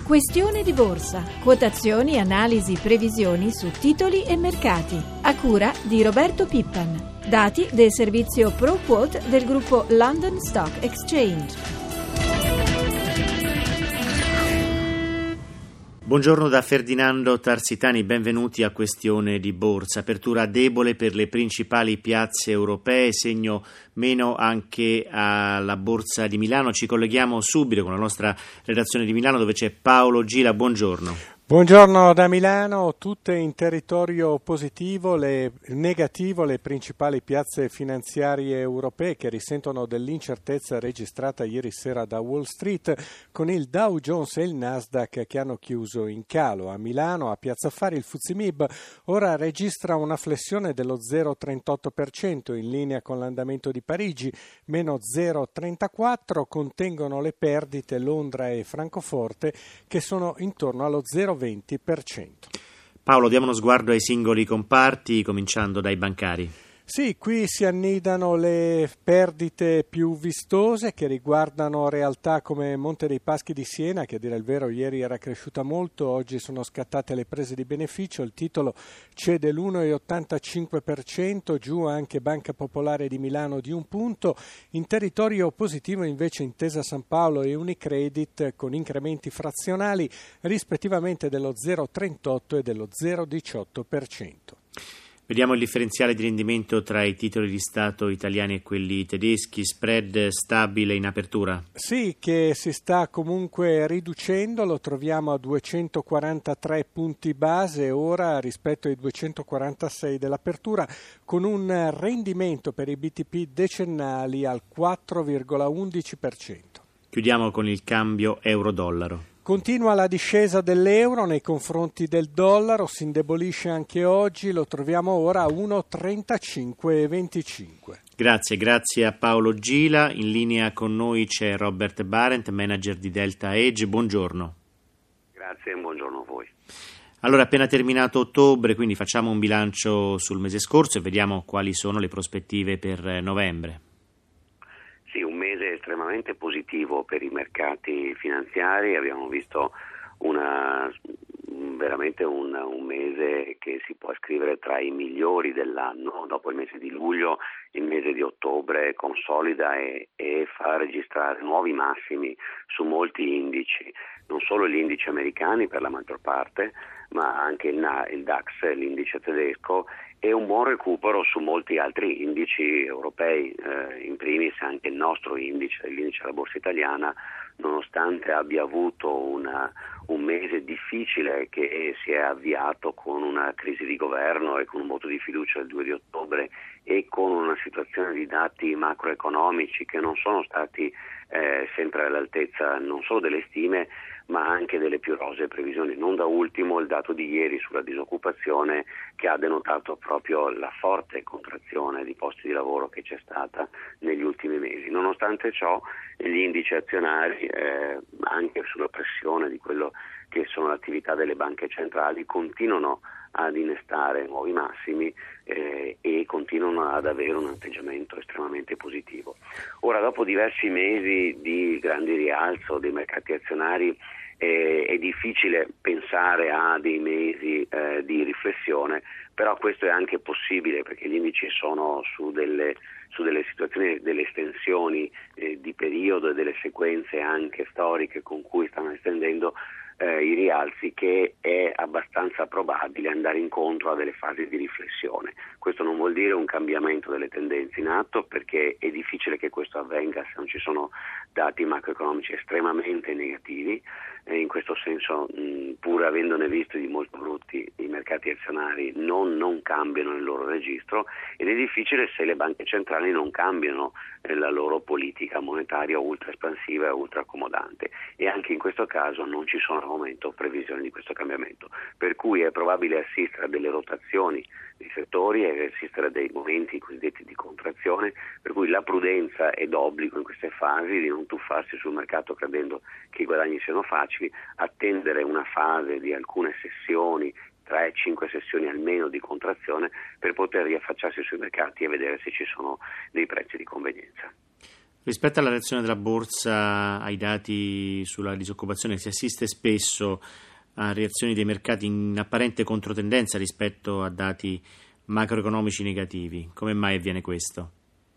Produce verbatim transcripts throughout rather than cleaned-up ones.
Questione di borsa, quotazioni, analisi, previsioni su titoli e mercati. A cura di Roberto Pippan. Dati del servizio ProQuote del gruppo London Stock Exchange. Buongiorno da Ferdinando Tarsitani, benvenuti a Questione di Borsa. Apertura debole per le principali piazze europee, segno meno anche alla Borsa di Milano. Ci colleghiamo subito con la nostra redazione di Milano dove c'è Paolo Gila, buongiorno. Buongiorno da Milano, tutte in territorio positivo, le, negativo le principali piazze finanziarie europee che risentono dell'incertezza registrata ieri sera da Wall Street con il Dow Jones e il Nasdaq che hanno chiuso in calo. A Milano, a Piazza Affari, il F T S E M I B ora registra una flessione dello zero virgola trentotto per cento in linea con l'andamento di Parigi, meno zero virgola trentaquattro, contengono le perdite Londra e Francoforte che sono intorno allo zero virgola venti per cento. Paolo, diamo uno sguardo ai singoli comparti, cominciando dai bancari. Sì, qui si annidano le perdite più vistose che riguardano realtà come Monte dei Paschi di Siena, che a dire il vero ieri era cresciuta molto, oggi sono scattate le prese di beneficio, il titolo cede l'uno virgola ottantacinque per cento, giù anche Banca Popolare di Milano di un punto, in territorio positivo invece Intesa San Paolo e Unicredit con incrementi frazionali rispettivamente dello zero virgola trentotto e dello zero virgola diciotto per cento. Vediamo il differenziale di rendimento tra i titoli di Stato italiani e quelli tedeschi, spread stabile in apertura? Sì, che si sta comunque riducendo, lo troviamo a duecentoquarantatré punti base ora rispetto ai duecentoquarantasei dell'apertura, con un rendimento per i B T P decennali al quattro virgola undici per cento. Chiudiamo con il cambio euro-dollaro. Continua la discesa dell'euro nei confronti del dollaro, si indebolisce anche oggi, lo troviamo ora a uno virgola trentacinque venticinque. Grazie, grazie a Paolo Gila. In linea con noi c'è Robert Barent, manager di Delta Edge. Buongiorno. Grazie e buongiorno a voi. Allora, appena terminato ottobre, quindi facciamo un bilancio sul mese scorso e vediamo quali sono le prospettive per novembre. Sì, un mese estremamente positivo per i mercati finanziari, abbiamo visto una, veramente un, un mese che si può scrivere tra i migliori dell'anno. Dopo il mese di luglio, il mese di ottobre consolida e, e fa registrare nuovi massimi su molti indici, non solo gli indici americani per la maggior parte, ma anche il, il DAX, l'indice tedesco, e un buon recupero su molti altri indici europei, eh, in primis anche il nostro indice, l'indice della borsa italiana, nonostante abbia avuto una, un mese difficile che si è avviato con una crisi di governo e con un voto di fiducia il due di ottobre e con una situazione di dati macroeconomici che non sono stati eh, sempre all'altezza non solo delle stime ma anche delle più rosee previsioni. Non da ultimo il dato di ieri sulla disoccupazione che ha denotato proprio la forte contrazione di posti di lavoro che c'è stata negli ultimi mesi. Nonostante ciò gli indici azionari, eh, anche sulla pressione di quello che sono le attività delle banche centrali, continuano ad innestare nuovi massimi eh, e continuano ad avere un atteggiamento estremamente positivo. Ora, dopo diversi mesi di grandi rialzo dei mercati azionari, eh, è difficile pensare a dei mesi eh, di riflessione, però questo è anche possibile perché gli indici sono su delle, su delle situazioni, delle estensioni eh, di periodo e delle sequenze anche storiche con cui stanno estendendo Eh, i rialzi, che è abbastanza probabile andare incontro a delle fasi di riflessione. Questo non vuol dire un cambiamento delle tendenze in atto, perché è difficile che questo avvenga se non ci sono dati macroeconomici estremamente negativi. E in questo senso, mh, pur avendone visti di molto brutti, i mercati azionari non, non cambiano il loro registro, ed è difficile se le banche centrali non cambiano eh, la loro politica monetaria ultra espansiva e ultra accomodante, e anche in questo caso non ci sono al momento previsioni di questo cambiamento, per cui è probabile assistere a delle rotazioni dei settori e assistere a dei momenti cosiddetti di contrazione, per cui la prudenza è d'obbligo in queste fasi, di non tuffarsi sul mercato credendo che i guadagni siano facili, attendere una fase di alcune sessioni, tre cinque sessioni almeno di contrazione, per poter riaffacciarsi sui mercati e vedere se ci sono dei prezzi di convenienza. Rispetto alla reazione della borsa ai dati sulla disoccupazione, si assiste spesso a reazioni dei mercati in apparente controtendenza rispetto a dati macroeconomici negativi. Come mai avviene questo?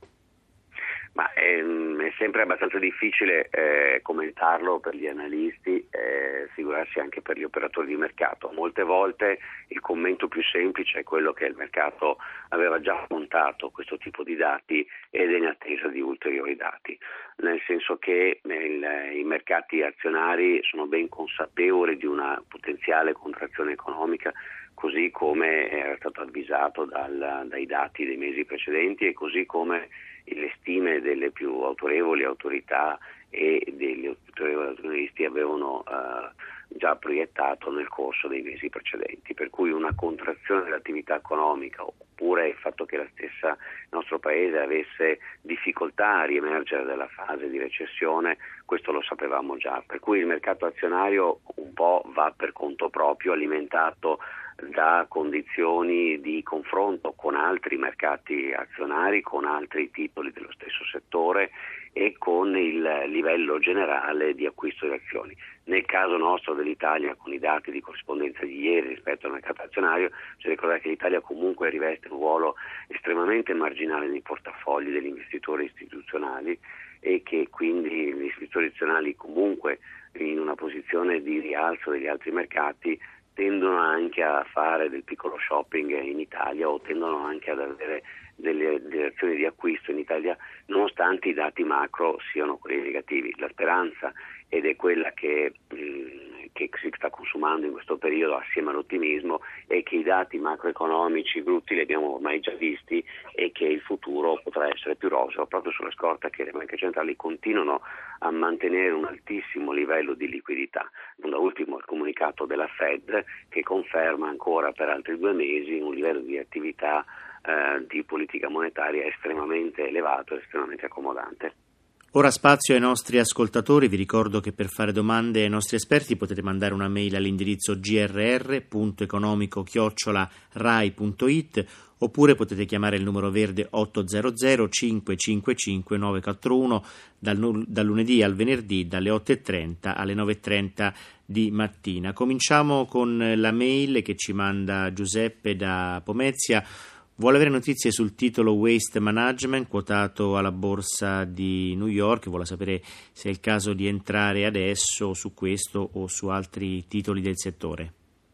Ma è, è sempre abbastanza difficile eh, commentarlo per gli analisti, eh, figurarsi anche per gli operatori di mercato. Molte volte il commento più semplice è quello che il mercato aveva già contato questo tipo di dati ed è in attesa di ulteriori dati, nel senso che nel, i mercati azionari sono ben consapevoli di una potenziale contrazione economica, così come era stato avvisato dal, dai dati dei mesi precedenti e così come le stime delle più autorevoli autorità e degli autorevoli analisti avevano uh, già proiettato nel corso dei mesi precedenti, per cui una contrazione dell'attività economica oppure il fatto che la stessa il nostro paese avesse difficoltà a riemergere dalla fase di recessione, questo lo sapevamo già, per cui il mercato azionario un po' va per conto proprio, alimentato da condizioni di confronto con altri mercati azionari, con altri titoli dello stesso settore e con il livello generale di acquisto di azioni. Nel caso nostro dell'Italia, con i dati di corrispondenza di ieri rispetto al mercato azionario, c'è da ricordare che l'Italia comunque riveste un ruolo estremamente marginale nei portafogli degli investitori istituzionali e che quindi gli investitori istituzionali comunque in una posizione di rialzo degli altri mercati tendono anche a fare del piccolo shopping in Italia o tendono anche ad avere delle, delle azioni di acquisto in Italia nonostante i dati macro siano quelli negativi. La speranza, ed è quella che, mh, che si sta consumando in questo periodo assieme all'ottimismo, è che i dati macroeconomici brutti li abbiamo ormai già visti e che il futuro potrà essere più roseo proprio sulla scorta che le banche centrali continuano a mantenere un altissimo livello di liquidità. Non da ultimo il comunicato della Fed che conferma ancora per altri due mesi un livello di attività eh, di politica monetaria estremamente elevato e estremamente accomodante. Ora spazio ai nostri ascoltatori. Vi ricordo che per fare domande ai nostri esperti potete mandare una mail all'indirizzo grr punto economico chiocciola rai punto it oppure potete chiamare il numero verde otto zero zero cinque cinque cinque nove quattro uno dal, dal lunedì al venerdì dalle otto e trenta alle nove e trenta di mattina. Cominciamo con la mail che ci manda Giuseppe da Pomezia. Vuole avere notizie sul titolo Waste Management quotato alla borsa di New York, vuole sapere se è il caso di entrare adesso su questo o su altri titoli del settore.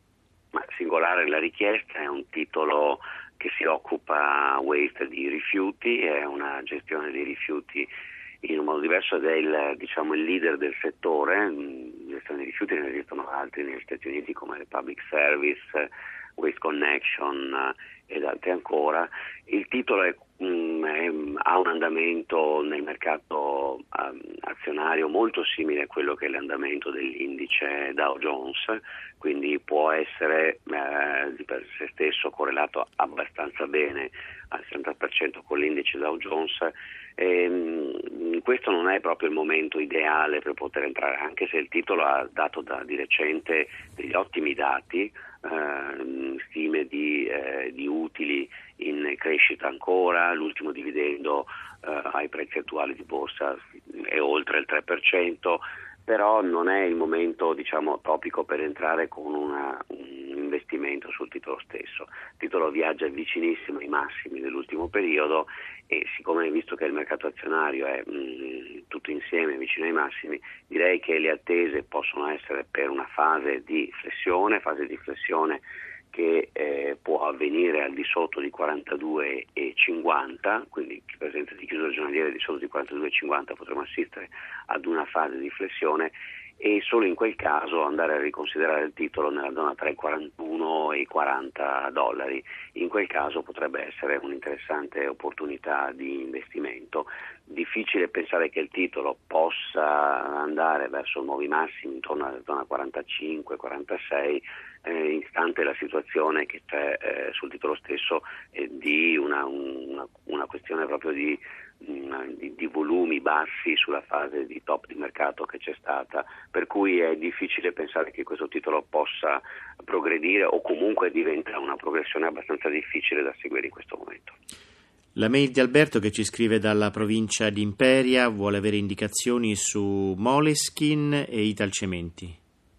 Ma singolare la richiesta, è un titolo che si occupa waste di rifiuti, è una gestione dei rifiuti in un modo diverso del diciamo il leader del settore. In gestione dei rifiuti ne esistono altri negli Stati Uniti come le Public Service, Waste Connection ed altri ancora. Il titolo è, mh, è, ha un andamento nel mercato um, azionario molto simile a quello che è l'andamento dell'indice Dow Jones, quindi può essere eh, per se stesso correlato abbastanza bene al sessanta per cento con l'indice Dow Jones. E, mh, questo non è proprio il momento ideale per poter entrare, anche se il titolo ha dato da, di recente degli ottimi dati, eh, stime di, eh, di utili in crescita ancora, l'ultimo dividendo eh, ai prezzi attuali di borsa è oltre il tre per cento, però non è il momento diciamo topico per entrare con una, un investimento sul titolo stesso. Il titolo viaggia vicinissimo ai massimi dell'ultimo periodo e siccome visto che il mercato azionario è mh, tutto insieme vicino ai massimi, direi che le attese possono essere per una fase di flessione, fase di flessione che eh, può avvenire al di sotto di quarantadue virgola cinquanta, quindi in presenza di chiusura giornaliera di sotto di quarantadue virgola cinquanta potremo assistere ad una fase di flessione e solo in quel caso andare a riconsiderare il titolo nella zona tra i quarantuno e i quaranta dollari. In quel caso potrebbe essere un'interessante opportunità di investimento. Difficile pensare che il titolo possa andare verso nuovi massimi intorno alla zona quarantacinque quarantasei, eh, istante la situazione che c'è eh, sul titolo stesso eh, di una, una, una questione proprio di Di, di volumi bassi sulla fase di top di mercato che c'è stata, per cui è difficile pensare che questo titolo possa progredire o comunque diventa una progressione abbastanza difficile da seguire in questo momento. La mail di Alberto, che ci scrive dalla provincia di Imperia, vuole avere indicazioni su Moleskine e Italcementi.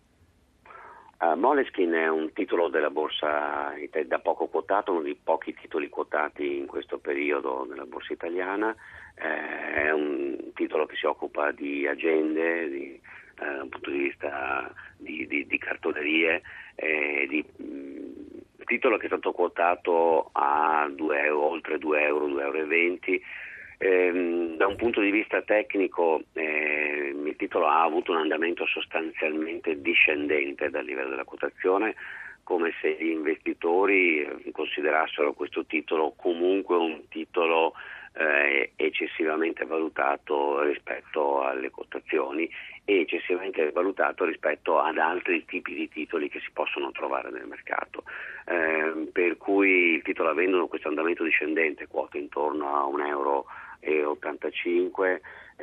Uh, Moleskine è un titolo della borsa da poco quotato, uno dei pochi titoli quotati in questo periodo nella borsa italiana. Eh, è un titolo che si occupa di agende, di, eh, da un punto di vista di, di, di cartolerie, eh, di mh, titolo che è stato quotato a due euro, oltre due euro, due euro e venti. Eh, da un punto di vista tecnico eh, il titolo ha avuto un andamento sostanzialmente discendente dal livello della quotazione, come se gli investitori considerassero questo titolo comunque un titolo eh, eccessivamente valutato rispetto alle quotazioni e eccessivamente valutato rispetto ad altri tipi di titoli che si possono trovare nel mercato, eh, per cui il titolo, avendo questo andamento discendente, quota intorno a un euro e ottantacinque,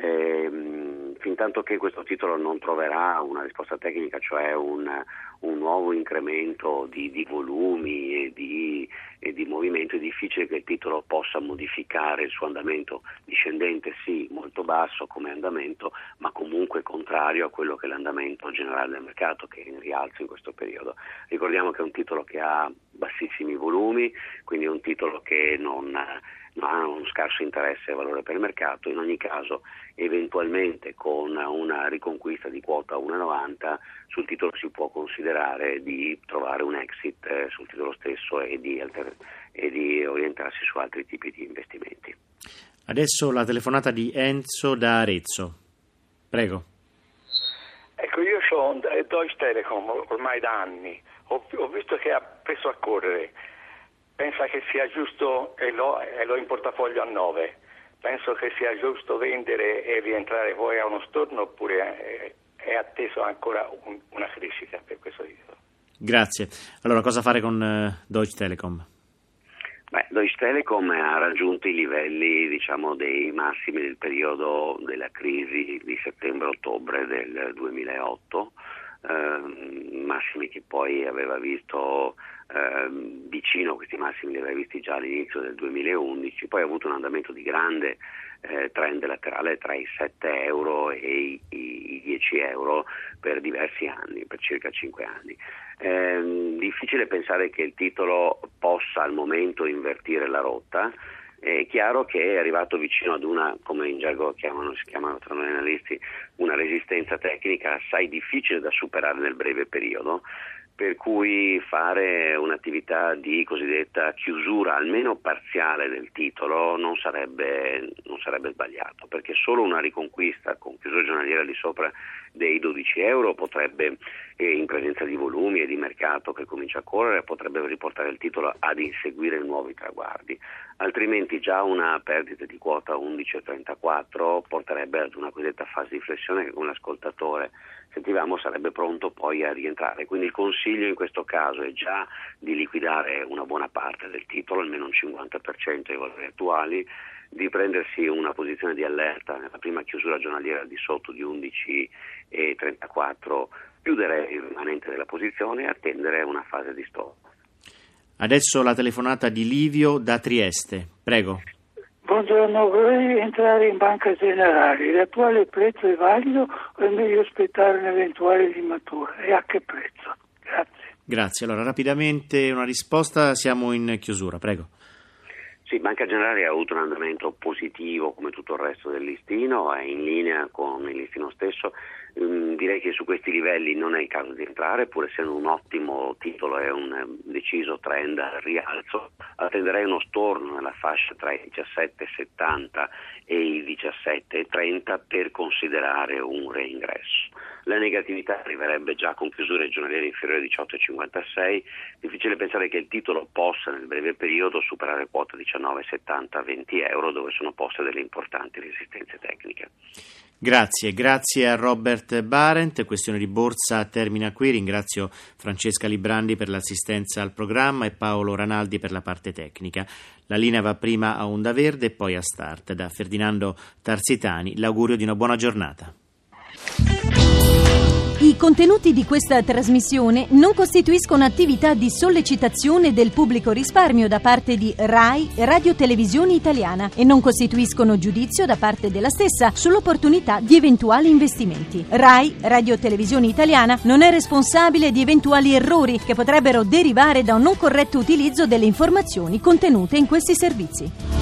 ehm, fin tanto che questo titolo non troverà una risposta tecnica, cioè un, un nuovo incremento di, di volumi e di, e di movimento, è difficile che il titolo possa modificare il suo andamento discendente, sì, molto basso come andamento, ma comunque contrario a quello che è l'andamento generale del mercato, che è in rialzo in questo periodo. Ricordiamo che è un titolo che ha bassissimi volumi, quindi è un titolo che non ma ha uno scarso interesse e valore per il mercato. In ogni caso, eventualmente con una riconquista di quota uno virgola novanta sul titolo si può considerare di trovare un exit eh, sul titolo stesso e di, alter- e di orientarsi su altri tipi di investimenti. Adesso la telefonata di Enzo da Arezzo. Prego. Ecco, io ho Deutsche Telekom ormai da anni, ho, ho visto che ha preso a correre. Pensa che sia giusto, e l'ho, e l'ho in portafoglio a nove, penso che sia giusto vendere e rientrare poi a uno storno, oppure è, è atteso ancora un, una crescita per questo titolo? Grazie. Allora, cosa fare con uh, Deutsche Telekom? Beh, Deutsche Telekom ha raggiunto i livelli, diciamo, dei massimi del periodo della crisi di settembre-ottobre del duemilaotto, eh, massimi che poi aveva visto eh, vicino a questi massimi li aveva visti già all'inizio del duemilaundici, poi ha avuto un andamento di grande eh, trend laterale tra i sette euro e i, i, i dieci euro per diversi anni, per circa cinque anni. Eh, difficile pensare che il titolo possa al momento invertire la rotta. È chiaro che è arrivato vicino ad una, come in gergo chiamano, si chiamano tra noi analisti, una resistenza tecnica assai difficile da superare nel breve periodo, per cui fare un'attività di cosiddetta chiusura almeno parziale del titolo non sarebbe, non sarebbe sbagliato, perché solo una riconquista con chiusura giornaliera di sopra dei dodici euro potrebbe, eh, in presenza di volumi e di mercato che comincia a correre, potrebbe riportare il titolo ad inseguire nuovi traguardi, altrimenti già una perdita di quota undici virgola trentaquattro porterebbe ad una cosiddetta fase di flessione che, come l'ascoltatore sentivamo, sarebbe pronto poi a rientrare. Quindi il consiglio in questo caso è già di liquidare una buona parte del titolo, almeno un cinquanta per cento dei valori attuali, di prendersi una posizione di allerta nella prima chiusura giornaliera al di sotto di undici virgola trentaquattro, chiudere il rimanente della posizione e attendere una fase di stop. Adesso la telefonata di Livio da Trieste. Prego. Buongiorno, vorrei entrare in Banca Generali. L'attuale prezzo è valido o è meglio aspettare un'eventuale limatura? E a che prezzo? Grazie. Grazie. Allora, rapidamente una risposta, siamo in chiusura. Prego. Sì, Banca Generali ha avuto un andamento positivo come tutto il resto del listino, è in linea con il listino stesso. Mm, direi che su questi livelli non è il caso di entrare, pur essendo un ottimo titolo e un deciso trend al rialzo. Attenderei uno storno nella fascia tra i diciassette virgola settanta e i diciassette virgola trenta per considerare un reingresso. La negatività arriverebbe già con chiusure giornaliere inferiori a diciotto virgola cinquantasei. Difficile pensare che il titolo possa nel breve periodo superare quota diciannove virgola settanta venti euro, dove sono poste delle importanti resistenze tecniche. Grazie, grazie a Robert Barent. Questione di borsa termina qui. Ringrazio Francesca Librandi per l'assistenza al programma e Paolo Ranaldi per la parte tecnica. La linea va prima a Onda Verde e poi a Start. Da Ferdinando Tarsitani l'augurio di una buona giornata. I contenuti di questa trasmissione non costituiscono attività di sollecitazione del pubblico risparmio da parte di RAI, Radio Televisione Italiana, e non costituiscono giudizio da parte della stessa sull'opportunità di eventuali investimenti. RAI, Radio Televisione Italiana, non è responsabile di eventuali errori che potrebbero derivare da un non corretto utilizzo delle informazioni contenute in questi servizi.